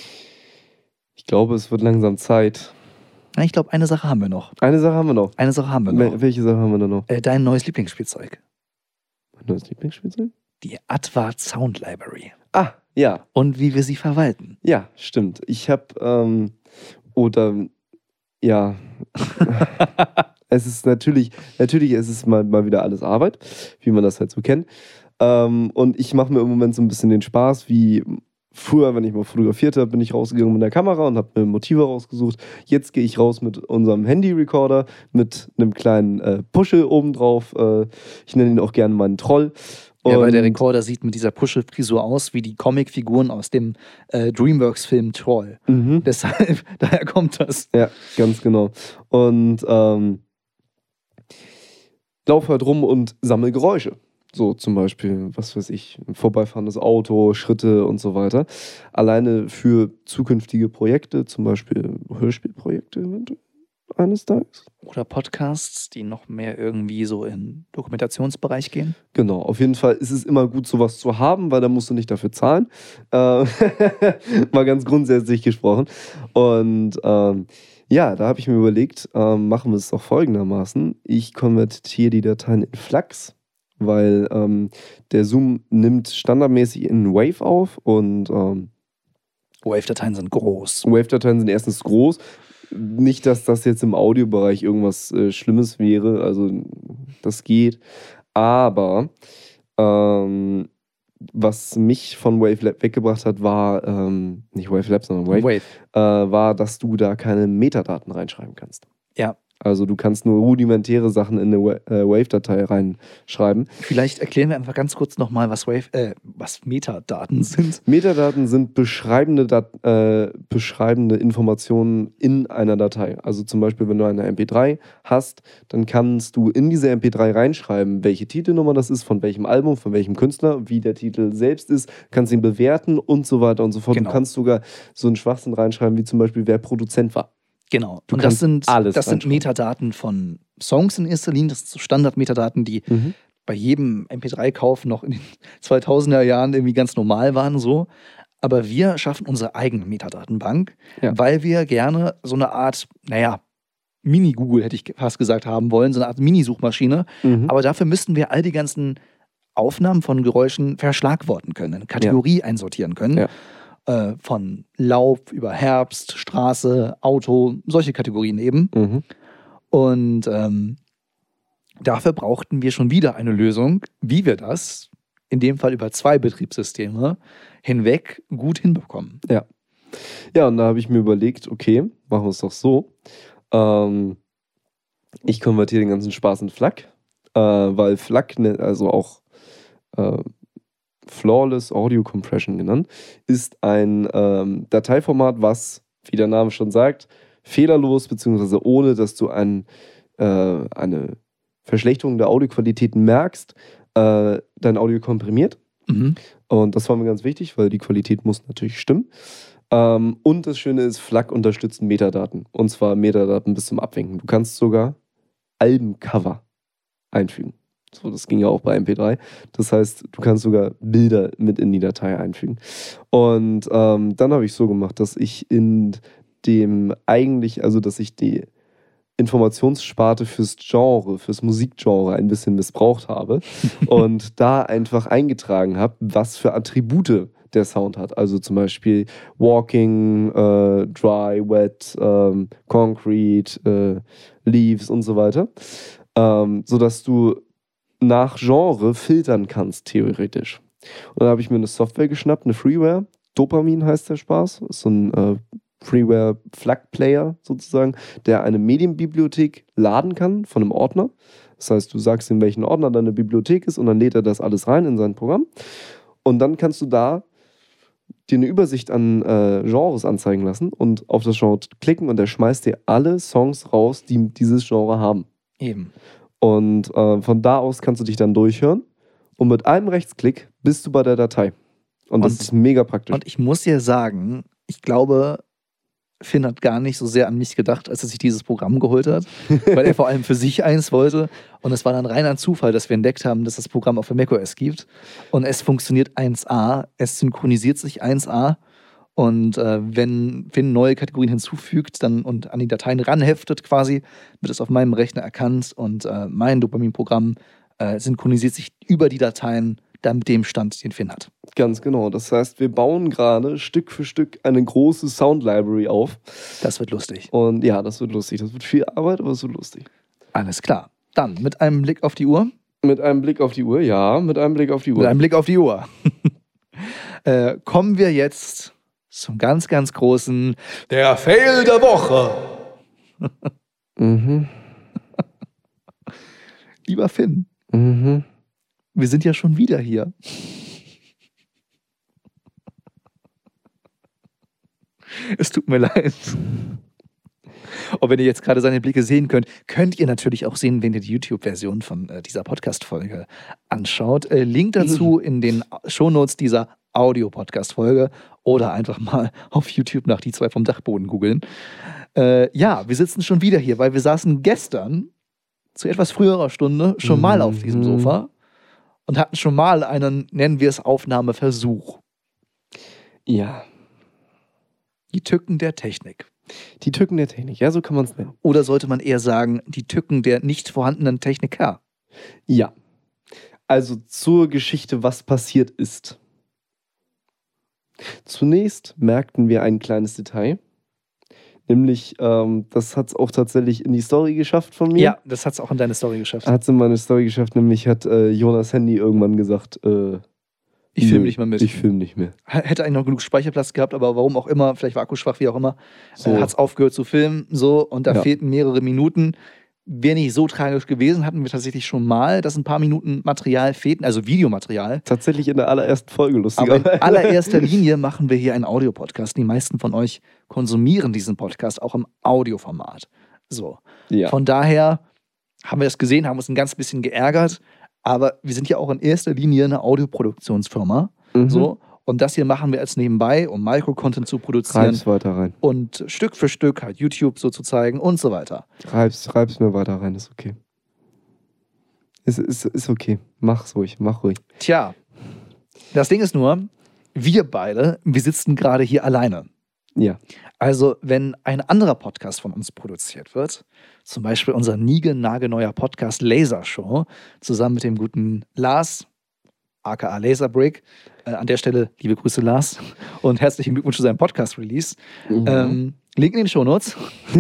Ich glaube, es wird langsam Zeit. Ich glaube, eine Sache haben wir noch. Eine Sache haben wir noch? Welche Sache haben wir denn noch? Dein neues Lieblingsspielzeug. Mein neues Lieblingsspielzeug? Die Advat Sound Library. Ah, ja. Und wie wir sie verwalten. Ja, stimmt. Ich habe, es ist natürlich ist es mal wieder alles Arbeit, wie man das halt so kennt. Und ich mache mir im Moment so ein bisschen den Spaß, wie früher, wenn ich mal fotografiert habe, bin ich rausgegangen mit der Kamera und habe mir Motive rausgesucht. Jetzt gehe ich raus mit unserem Handy-Recorder, mit einem kleinen Puschel obendrauf. Ich nenne ihn auch gerne meinen Troll. Ja, weil der Rekorder sieht mit dieser Puschel-Frisur aus wie die Comicfiguren aus dem DreamWorks-Film Troll. Deshalb, daher kommt das. Ja, ganz genau. Und lauf halt rum und sammel Geräusche. So zum Beispiel, was weiß ich, ein vorbeifahrendes Auto, Schritte und so weiter. Alleine für zukünftige Projekte, zum Beispiel Hörspielprojekte eventuell eines Tages. Oder Podcasts, die noch mehr irgendwie so in Dokumentationsbereich gehen. Genau, auf jeden Fall ist es immer gut, sowas zu haben, weil da musst du nicht dafür zahlen. Mal ganz grundsätzlich gesprochen. Und ja, da habe ich mir überlegt, machen wir es doch folgendermaßen. Ich konvertiere die Dateien in FLACS, weil der Zoom nimmt standardmäßig in Wave auf und Wave-Dateien sind groß. Wave-Dateien sind erstens groß. Nicht, dass das jetzt im Audiobereich irgendwas Schlimmes wäre, also das geht. Aber was mich von Wavelab weggebracht hat, war, nicht Wavelab, sondern Wave. War, dass du da keine Metadaten reinschreiben kannst. Ja. Also du kannst nur rudimentäre Sachen in eine Wave-Datei reinschreiben. Vielleicht erklären wir einfach ganz kurz nochmal, was Metadaten sind. Metadaten sind beschreibende Informationen in einer Datei. Also zum Beispiel, wenn du eine MP3 hast, dann kannst du in diese MP3 reinschreiben, welche Titelnummer das ist, von welchem Album, von welchem Künstler, wie der Titel selbst ist, kannst ihn bewerten und so weiter und so fort. Genau. Du kannst sogar so einen Schwachsinn reinschreiben, wie zum Beispiel, wer Produzent war. Genau. Und das sind Metadaten von Songs in erster Linie. Das sind so Standard-Metadaten, die bei jedem MP3-Kauf noch in den 2000er Jahren irgendwie ganz normal waren. So. Aber wir schaffen unsere eigene Metadatenbank, weil wir gerne so eine Art, Mini-Google, hätte ich fast gesagt, haben wollen. So eine Art Mini-Suchmaschine. Aber dafür müssten wir all die ganzen Aufnahmen von Geräuschen verschlagworten können, eine Kategorie einsortieren können. Ja. Von Laub über Herbst, Straße, Auto, solche Kategorien eben. Und dafür brauchten wir schon wieder eine Lösung, wie wir das, in dem Fall über 2 Betriebssysteme, hinweg gut hinbekommen. Ja. Ja, und da habe ich mir überlegt, okay, machen wir es doch so. Ich konvertiere den ganzen Spaß in FLAC, weil FLAC, also auch Flawless Audio Compression genannt, ist ein Dateiformat, was, wie der Name schon sagt, fehlerlos bzw. ohne, dass du eine Verschlechterung der Audioqualität merkst, dein Audio komprimiert. Und das war mir ganz wichtig, weil die Qualität muss natürlich stimmen. Und das Schöne ist, FLAC unterstützt Metadaten. Und zwar Metadaten bis zum Abwinken. Du kannst sogar Albencover einfügen. So, das ging ja auch bei MP3. Das heißt, du kannst sogar Bilder mit in die Datei einfügen. Und dann habe ich so gemacht, dass ich dass ich die Informationssparte fürs Musikgenre ein bisschen missbraucht habe und da einfach eingetragen habe, was für Attribute der Sound hat. Also zum Beispiel Walking, Dry, Wet, Concrete, Leaves und so weiter. Sodass du nach Genre filtern kannst, theoretisch. Und dann habe ich mir eine Software geschnappt, eine Freeware. Dopamin heißt der Spaß. Das ist so ein Freeware-FLAC-Player sozusagen, der eine Medienbibliothek laden kann von einem Ordner. Das heißt, du sagst ihm, welchen Ordner deine Bibliothek ist und dann lädt er das alles rein in sein Programm. Und dann kannst du da dir eine Übersicht an Genres anzeigen lassen und auf das Genre klicken und er schmeißt dir alle Songs raus, die dieses Genre haben. Eben. Und von da aus kannst du dich dann durchhören und mit einem Rechtsklick bist du bei der Datei. Und das ist mega praktisch. Und ich muss dir sagen, ich glaube, Finn hat gar nicht so sehr an mich gedacht, als er sich dieses Programm geholt hat, weil er vor allem für sich eins wollte. Und es war dann reiner Zufall, dass wir entdeckt haben, dass das Programm auf der macOS gibt. Und es funktioniert 1A, es synchronisiert sich 1A. Und wenn Finn neue Kategorien hinzufügt und an die Dateien ranheftet quasi, wird es auf meinem Rechner erkannt und mein Dopamin-Programm synchronisiert sich über die Dateien dann mit dem Stand, den Finn hat. Ganz genau. Das heißt, wir bauen gerade Stück für Stück eine große Sound-Library auf. Das wird lustig. Und ja, das wird lustig. Das wird viel Arbeit, aber es wird lustig. Alles klar. Dann mit einem Blick auf die Uhr. Mit einem Blick auf die Uhr, ja. Mit einem Blick auf die Uhr. Mit einem Blick auf die Uhr. Kommen wir jetzt zum ganz, ganz großen Der Fail der Woche. Lieber Finn, wir sind ja schon wieder hier. Es tut mir leid. Und wenn ihr jetzt gerade seine Blicke sehen könnt ihr natürlich auch sehen, wenn ihr die YouTube-Version von dieser Podcast-Folge anschaut. Link dazu in den Shownotes dieser Audio-Podcast-Folge oder einfach mal auf YouTube nach die zwei vom Dachboden googeln. Ja, wir sitzen schon wieder hier, weil wir saßen gestern zu etwas früherer Stunde schon mal auf diesem Sofa und hatten schon mal einen, nennen wir es, Aufnahmeversuch. Ja. Die Tücken der Technik. Die Tücken der Technik, ja, so kann man es nennen. Oder sollte man eher sagen, die Tücken der nicht vorhandenen Techniker? Ja. Also zur Geschichte, was passiert ist. Zunächst merkten wir ein kleines Detail. Nämlich, das hat es auch tatsächlich in die Story geschafft von mir. Ja, das hat es auch in deine Story geschafft. Hat es in meine Story geschafft, nämlich hat Jonas Handy irgendwann gesagt, ich filme nicht mehr mit. Ich filme nicht mehr. Hätte eigentlich noch genug Speicherplatz gehabt, aber warum auch immer, vielleicht war akkuschwach, wie auch immer, So. hat es aufgehört zu filmen, so, und da fehlten mehrere Minuten. Wäre nicht so tragisch gewesen, hatten wir tatsächlich schon mal, dass ein paar Minuten Material fehlten, also Videomaterial. Tatsächlich in der allerersten Folge, Aber lustigerweise. in allererster Linie machen wir hier einen Audiopodcast. Die meisten von euch konsumieren diesen Podcast auch im Audioformat. So. Ja. Von daher haben wir das gesehen, haben uns ein ganz bisschen geärgert, aber wir sind ja auch in erster Linie eine Audioproduktionsfirma. So. Und das hier machen wir als nebenbei, um Micro-Content zu produzieren. Reib's weiter rein. Und Stück für Stück halt YouTube so zu zeigen und so weiter. Reib's mir weiter rein, ist okay. Ist okay. Mach ruhig. Tja, das Ding ist nur, wir beide, wir sitzen gerade hier alleine. Ja. Also, wenn ein anderer Podcast von uns produziert wird, zum Beispiel unser niegelnagelneuer Podcast Laser Show, zusammen mit dem guten Lars, aka Laserbrick. An der Stelle liebe Grüße, Lars, und herzlichen Glückwunsch zu seinem Podcast-Release. Link in den Shownotes.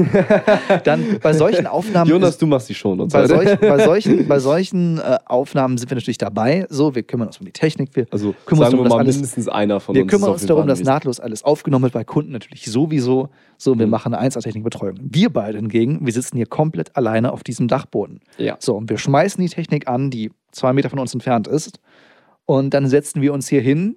Dann bei solchen Aufnahmen. Jonas, du machst die Shownotes. Bei solchen Aufnahmen sind wir natürlich dabei. So, wir kümmern uns um die Technik. Also kümmern sagen uns wir darum, mal, mindestens einer von uns. Wir kümmern ist auf uns jeden darum, Fall dass anwesend. nahtlos alles aufgenommen wird, bei Kunden natürlich sowieso. So, wir machen eine 1A-Technikbetreuung. Wir beide hingegen, wir sitzen hier komplett alleine auf diesem Dachboden. Ja. So, und wir schmeißen die Technik an, die 2 Meter von uns entfernt ist. Und dann setzen wir uns hier hin,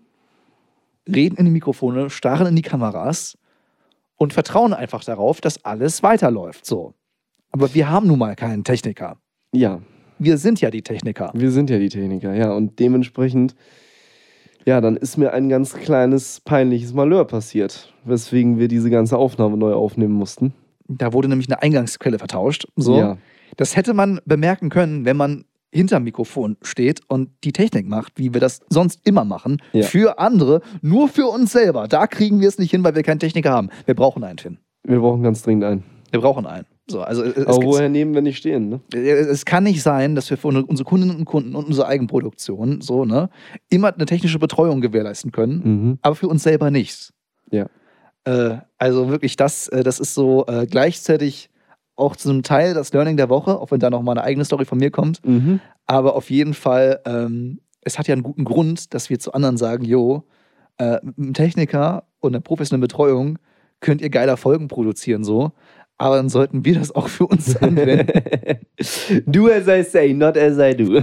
reden in die Mikrofone, starren in die Kameras und vertrauen einfach darauf, dass alles weiterläuft. So. Aber wir haben nun mal keinen Techniker. Ja. Wir sind ja die Techniker. Wir sind ja die Techniker, ja. Und dementsprechend, ja, dann ist mir ein ganz kleines, peinliches Malheur passiert, weswegen wir diese ganze Aufnahme neu aufnehmen mussten. Da wurde nämlich eine Eingangsquelle vertauscht. So. Ja. Das hätte man bemerken können, wenn man hinterm Mikrofon steht und die Technik macht, wie wir das sonst immer machen. Ja. Für andere, nur für uns selber. Da kriegen wir es nicht hin, weil wir keinen Techniker haben. Wir brauchen einen, Finn. Wir brauchen ganz dringend einen. Wir brauchen einen. So, also Aber woher nehmen wir nicht stehen, ne? Es kann nicht sein, dass wir für unsere Kundinnen und Kunden und unsere Eigenproduktion so, ne, immer eine technische Betreuung gewährleisten können, aber für uns selber nichts. Ja. Also wirklich, das ist so gleichzeitig auch zu einem Teil das Learning der Woche, auch wenn da nochmal eine eigene Story von mir kommt. Aber auf jeden Fall, es hat ja einen guten Grund, dass wir zu anderen sagen, mit einem Techniker und einer professionellen Betreuung könnt ihr geiler Folgen produzieren, so. Aber dann sollten wir das auch für uns anwenden. Do as I say, not as I do.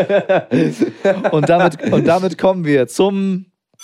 Und damit kommen wir zum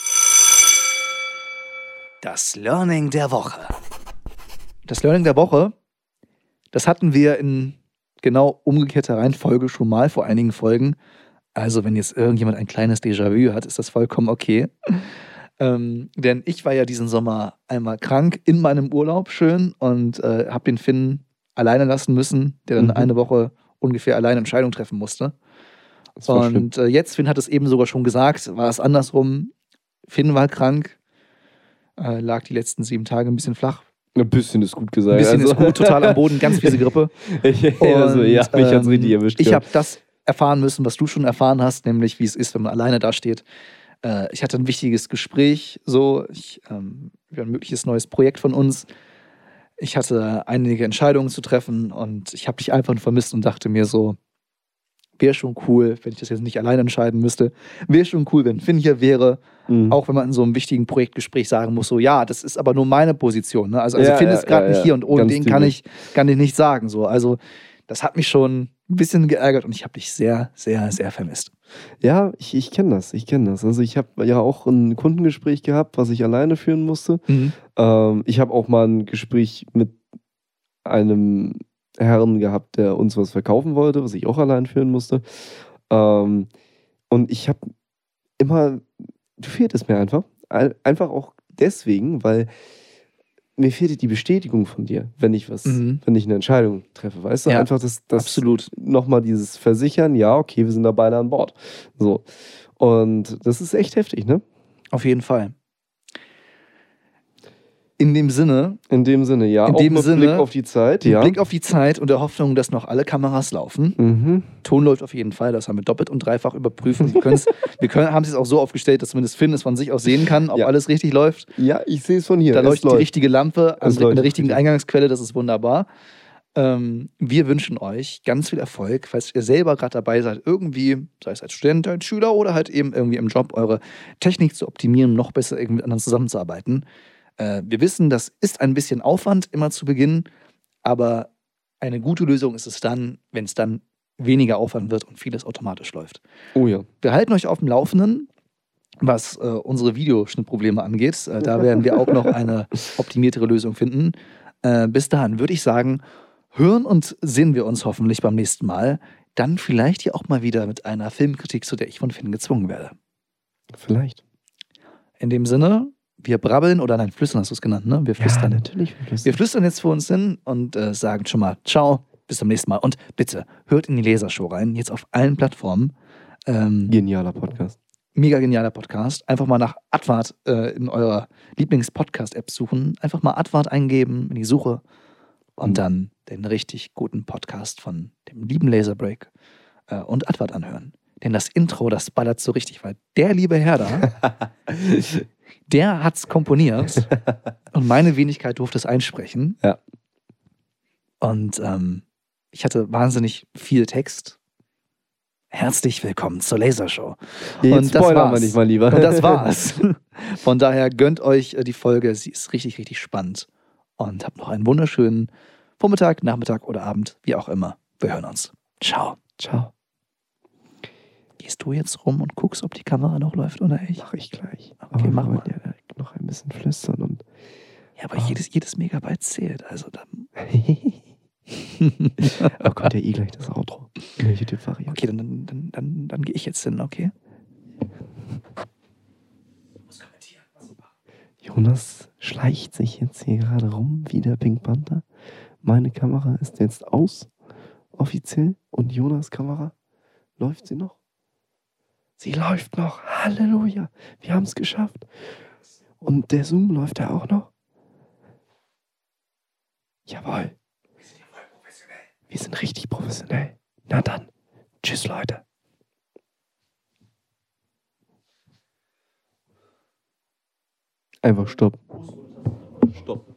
Das Learning der Woche. Das Learning der Woche, das hatten wir in genau umgekehrter Reihenfolge schon mal vor einigen Folgen. Also wenn jetzt irgendjemand ein kleines Déjà-vu hat, ist das vollkommen okay. Denn ich war ja diesen Sommer einmal krank in meinem Urlaub schön und habe den Finn alleine lassen müssen, der dann eine Woche ungefähr alleine Entscheidungen treffen musste. Und jetzt, Finn hat es eben sogar schon gesagt, war es andersrum. Finn war krank, lag die letzten 7 Tage ein bisschen flach. Ein bisschen ist gut gesagt. Ein bisschen ist gut, total am Boden, ganz fiese Grippe. Mich hat's richtig erwischt. Ich habe das erfahren müssen, was du schon erfahren hast, nämlich wie es ist, wenn man alleine da steht. Ich hatte ein wichtiges Gespräch, über ein mögliches neues Projekt von uns. Ich hatte einige Entscheidungen zu treffen und ich habe dich einfach nur vermisst und dachte mir so, wäre schon cool, wenn ich das jetzt nicht alleine entscheiden müsste. Wäre schon cool, wenn Finn hier wäre, auch wenn man in so einem wichtigen Projektgespräch sagen muss, so, ja, das ist aber nur meine Position. Ne? Also Finn ist gerade nicht hier und ohne den kann ich nicht sagen. So. Also das hat mich schon ein bisschen geärgert und ich habe dich sehr, sehr, sehr vermisst. Ja, ich kenne das, Also ich habe ja auch ein Kundengespräch gehabt, was ich alleine führen musste. Ich habe auch mal ein Gespräch mit einem Herrn gehabt, der uns was verkaufen wollte, was ich auch allein führen musste. Und ich habe immer, du fehlt es mir einfach. Einfach auch deswegen, weil mir fehlte die Bestätigung von dir, wenn ich wenn ich eine Entscheidung treffe, weißt du? Ja, einfach das absolut. Nochmal dieses Versichern, ja, okay, wir sind da beide an Bord. So. Und das ist echt heftig, ne? Auf jeden Fall. In dem Sinne, ja. In Auch dem mit Sinne, Blick auf die Zeit, mit Blick auf die Zeit und der Hoffnung, dass noch alle Kameras laufen. Ton läuft auf jeden Fall, das haben wir doppelt und dreifach überprüft. Und haben es jetzt auch so aufgestellt, dass zumindest Finn es von sich aus sehen kann, ob alles richtig läuft. Ja, ich sehe es von hier. Da leuchtet die richtige Lampe an der richtigen richtig. Eingangsquelle, das ist wunderbar. Wir wünschen euch ganz viel Erfolg, falls ihr selber gerade dabei seid, irgendwie, sei es als Student, als Schüler oder halt eben irgendwie im Job, eure Technik zu optimieren, noch besser irgendwie mit anderen zusammenzuarbeiten. Wir wissen, das ist ein bisschen Aufwand immer zu Beginn, aber eine gute Lösung ist es dann, wenn es dann weniger Aufwand wird und vieles automatisch läuft. Oh ja. Wir halten euch auf dem Laufenden, was unsere Videoschnittprobleme angeht. Da werden wir auch noch eine optimiertere Lösung finden. Bis dahin würde ich sagen, hören und sehen wir uns hoffentlich beim nächsten Mal. Dann vielleicht hier auch mal wieder mit einer Filmkritik, zu der ich von Finn gezwungen werde. Vielleicht. In dem Sinne, wir brabbeln, oder nein, flüstern hast du es genannt, ne? Wir flüstern. Ja, natürlich. Wir flüstern jetzt vor uns hin und sagen schon mal ciao, bis zum nächsten Mal. Und bitte, hört in die Lasershow rein, jetzt auf allen Plattformen. Genialer Podcast. Mega genialer Podcast. Einfach mal nach Advart in eurer Lieblings-Podcast-App suchen. Einfach mal Advart eingeben in die Suche und dann den richtig guten Podcast von dem lieben Laserbreak und Advart anhören. Denn das Intro, das ballert so richtig, weil der liebe Herr da, der hat's komponiert und meine Wenigkeit durfte es einsprechen. Ja. Und ich hatte wahnsinnig viel Text. Herzlich willkommen zur Lasershow. Ja, und das war's. Wir nicht mal lieber. Und das war's. Von daher gönnt euch die Folge. Sie ist richtig, richtig spannend. Und habt noch einen wunderschönen Vormittag, Nachmittag oder Abend, wie auch immer. Wir hören uns. Ciao. Ciao. Gehst du jetzt rum und guckst, ob die Kamera noch läuft oder ich? Mach ich gleich. Okay, mach mal. Ja noch ein bisschen flüstern und. Ja, aber jedes Megabyte zählt. Also dann. Oh Gott, ja gleich das Outro. Okay, dann gehe ich jetzt hin, okay? Ich muss kommentieren. Jonas schleicht sich jetzt hier gerade rum wie der Pink Panther. Meine Kamera ist jetzt aus, offiziell. Und Jonas' Kamera, läuft sie noch? Sie läuft noch. Halleluja. Wir haben es geschafft. Und der Zoom läuft da auch noch? Jawohl. Wir sind richtig professionell. Na dann. Tschüss, Leute. Einfach Stopp. Stopp.